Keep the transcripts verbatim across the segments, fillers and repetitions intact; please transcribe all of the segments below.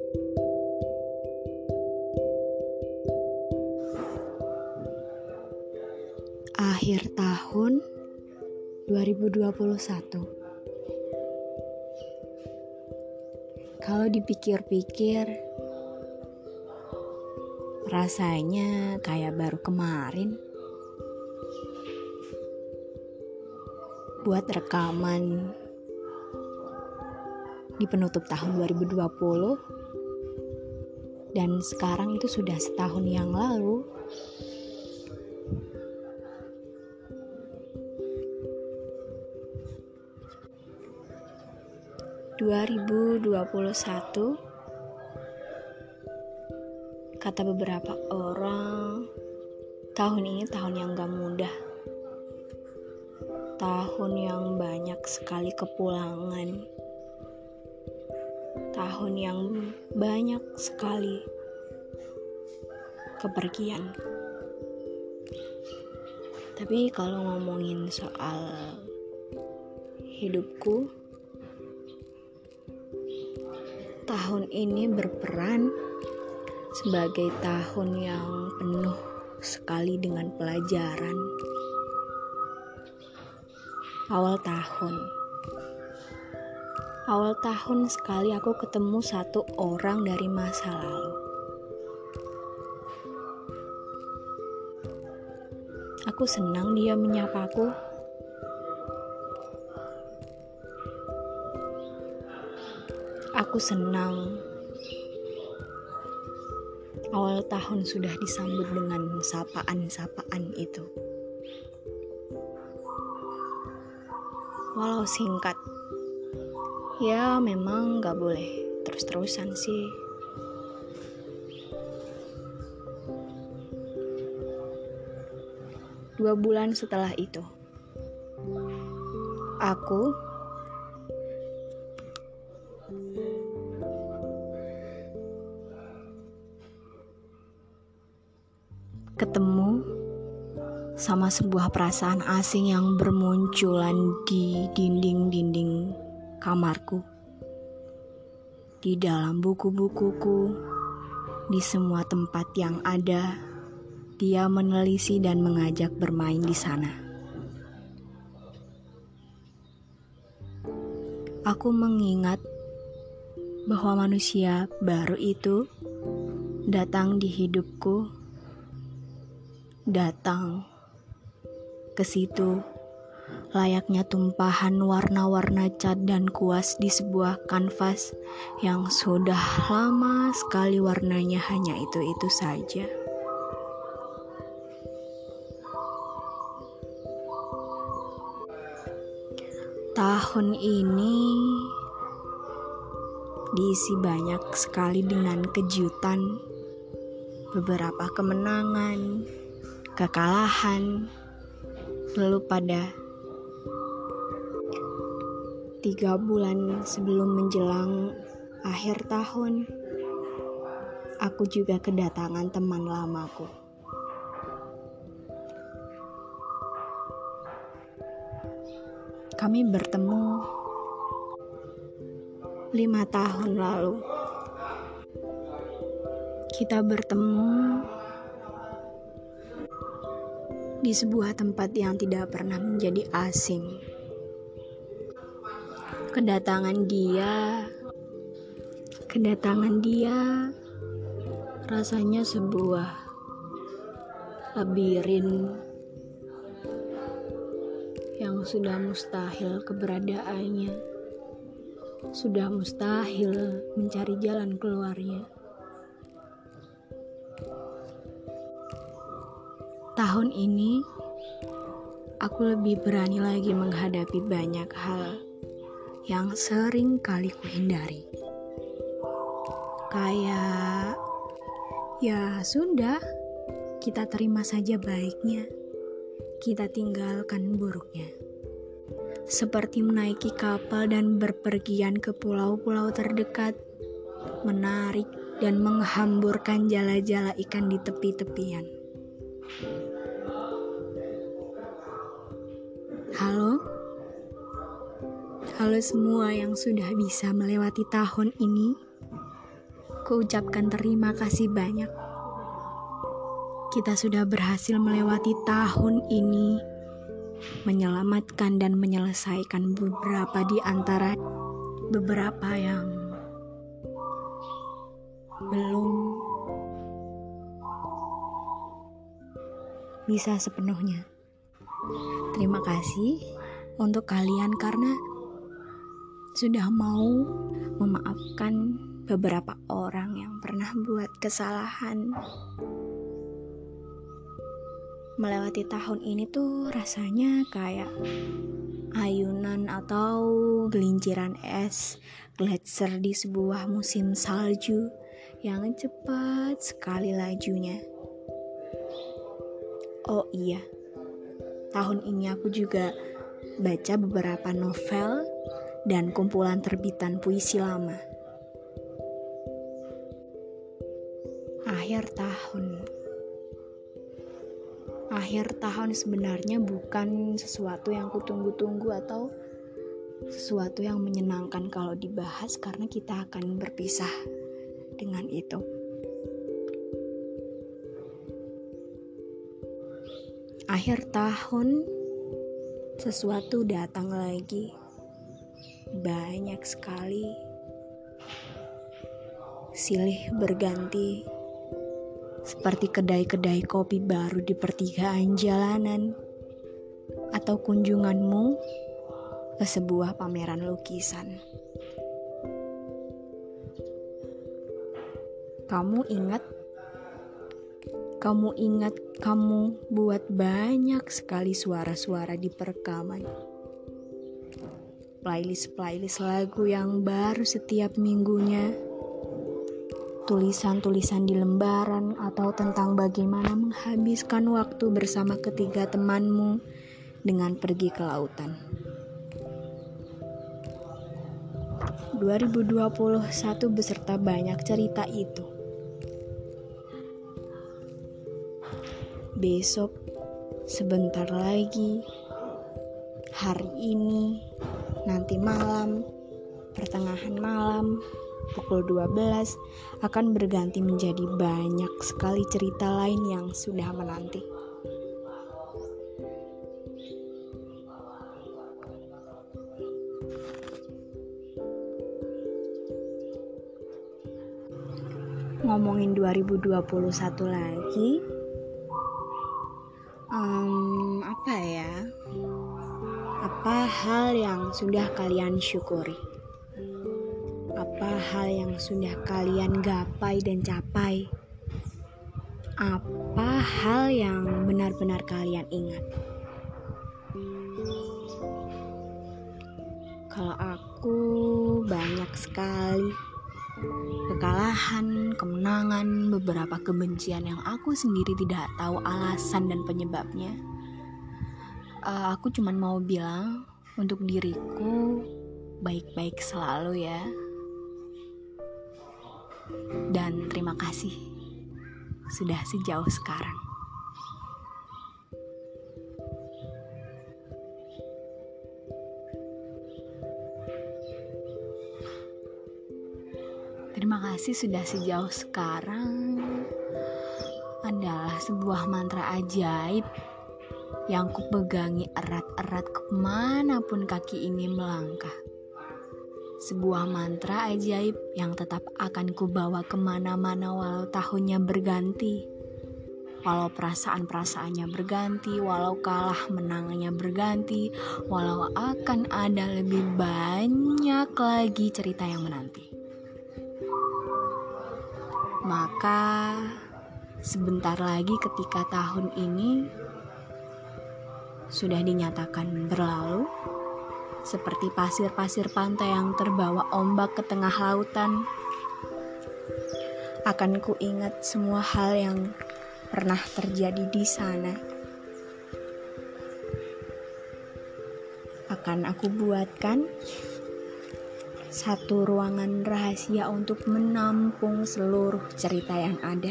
Akhir tahun dua ribu dua puluh satu. Kalau dipikir-pikir, rasanya kayak baru kemarin. Buat rekaman di penutup tahun dua ribu dua puluh, dan sekarang itu sudah setahun yang lalu. dua ribu dua puluh satu, kata beberapa orang, tahun ini tahun yang gak mudah, tahun yang banyak sekali kepulangan, tahun yang banyak sekali kepergian. Tapi kalau ngomongin soal hidupku, tahun ini berperan sebagai tahun yang penuh sekali dengan pelajaran. Awal tahun. Awal tahun sekali aku ketemu satu orang dari masa lalu. Aku senang dia menyapaku. Aku senang awal tahun sudah disambut dengan sapaan-sapaan itu. Walau singkat, ya memang gak boleh terus-terusan sih. Dua bulan setelah itu, aku ketemu sama sebuah perasaan asing yang bermunculan di dinding-dinding kamarku, di dalam buku-bukuku, di semua tempat yang ada. Dia menelisik dan mengajak bermain di sana. Aku mengingat bahwa manusia baru itu datang di hidupku, datang ke situ layaknya tumpahan warna-warna cat dan kuas di sebuah kanvas yang sudah lama sekali warnanya hanya itu-itu saja. Tahun ini diisi banyak sekali dengan kejutan, beberapa kemenangan, kekalahan. Lalu pada tiga bulan sebelum menjelang akhir tahun, aku juga kedatangan teman lamaku. Kami bertemu lima tahun lalu. Kita bertemu di sebuah tempat yang tidak pernah menjadi asing. Kedatangan dia, kedatangan dia rasanya sebuah labirin yang sudah mustahil keberadaannya, sudah mustahil mencari jalan keluarnya. Tahun ini, aku lebih berani lagi menghadapi banyak hal yang sering kali kuhindari. Kayak, ya sudah, kita terima saja baiknya, kita tinggalkan buruknya. Seperti menaiki kapal dan berpergian ke pulau-pulau terdekat, menarik dan menghamburkan jala-jala ikan di tepi-tepian. Halo? Halo semua yang sudah bisa melewati tahun ini. Ku ucapkan terima kasih banyak. Kita sudah berhasil melewati tahun ini, menyelamatkan dan menyelesaikan beberapa di antara beberapa yang belum bisa sepenuhnya. Terima kasih untuk kalian karena sudah mau memaafkan beberapa orang yang pernah buat kesalahan. Melewati tahun ini tuh rasanya kayak ayunan atau gelinciran es gletser di sebuah musim salju yang cepat sekali lajunya. Oh iya, tahun ini aku juga baca beberapa novel dan kumpulan terbitan puisi lama. Akhir tahun. Akhir tahun sebenarnya bukan sesuatu yang kutunggu-tunggu atau sesuatu yang menyenangkan kalau dibahas karena kita akan berpisah dengan itu. Akhir tahun, sesuatu datang lagi. Banyak sekali. Silih berganti. Seperti kedai-kedai kopi baru di pertigaan jalanan, atau kunjunganmu ke sebuah pameran lukisan. Kamu ingat, kamu ingat kamu buat banyak sekali suara-suara di perekaman. Playlist-playlist lagu yang baru setiap minggunya. Tulisan-tulisan di lembaran atau tentang bagaimana menghabiskan waktu bersama ketiga temanmu dengan pergi ke lautan. dua ribu dua puluh satu beserta banyak cerita itu. Besok, sebentar lagi, hari ini, nanti malam, pertengahan malam, pukul dua belas akan berganti menjadi banyak sekali cerita lain yang sudah menanti. Ngomongin dua ribu dua puluh satu lagi, um, apa ya? Apa hal yang sudah kalian syukuri? Apa hal yang sudah kalian gapai dan capai? Apa hal yang benar-benar kalian ingat? Kalau aku banyak sekali kekalahan, kemenangan, beberapa kebencian yang aku sendiri tidak tahu alasan dan penyebabnya. Uh, aku cuma mau bilang untuk diriku baik-baik selalu ya. Dan terima kasih sudah sejauh sekarang. Terima kasih sudah sejauh sekarang adalah sebuah mantra ajaib yang kupegangi erat-erat kemanapun kaki ini melangkah. Sebuah mantra ajaib yang tetap akan kubawa kemana-mana walau tahunnya berganti, walau perasaan-perasaannya berganti, walau kalah menangnya berganti, walau akan ada lebih banyak lagi cerita yang menanti. Maka sebentar lagi ketika tahun ini sudah dinyatakan berlalu, seperti pasir-pasir pantai yang terbawa ombak ke tengah lautan, akan kuingat semua hal yang pernah terjadi di sana. Akan aku buatkan satu ruangan rahasia untuk menampung seluruh cerita yang ada.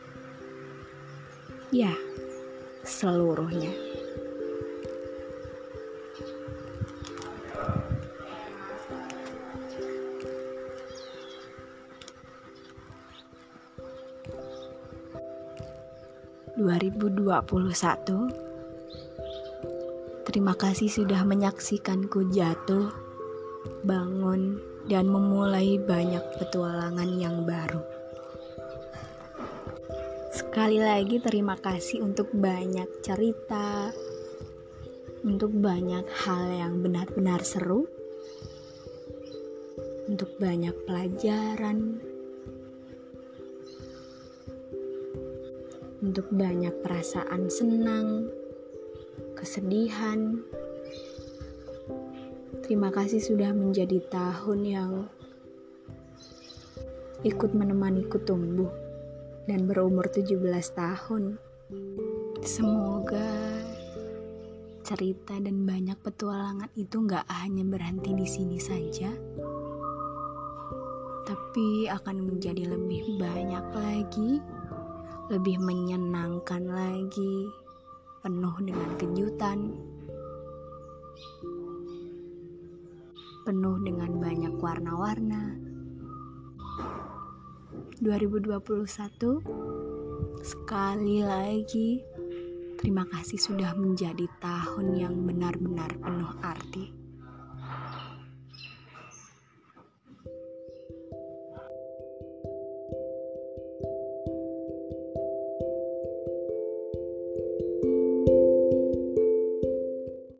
Ya, seluruhnya. dua ribu dua puluh satu. Terima kasih sudah menyaksikanku jatuh, bangun, dan memulai banyak petualangan yang baru. Sekali lagi terima kasih untuk banyak cerita, untuk banyak hal yang benar-benar seru, untuk banyak pelajaran, untuk banyak perasaan senang, kesedihan. Terima kasih sudah menjadi tahun yang ikut menemaniku tumbuh dan berumur tujuh belas tahun. Semoga cerita dan banyak petualangan itu gak hanya berhenti di sini saja, tapi akan menjadi lebih banyak lagi, lebih menyenangkan lagi, penuh dengan kejutan, penuh dengan banyak warna-warna. dua ribu dua puluh satu, sekali lagi terima kasih sudah menjadi tahun yang benar-benar penuh arti.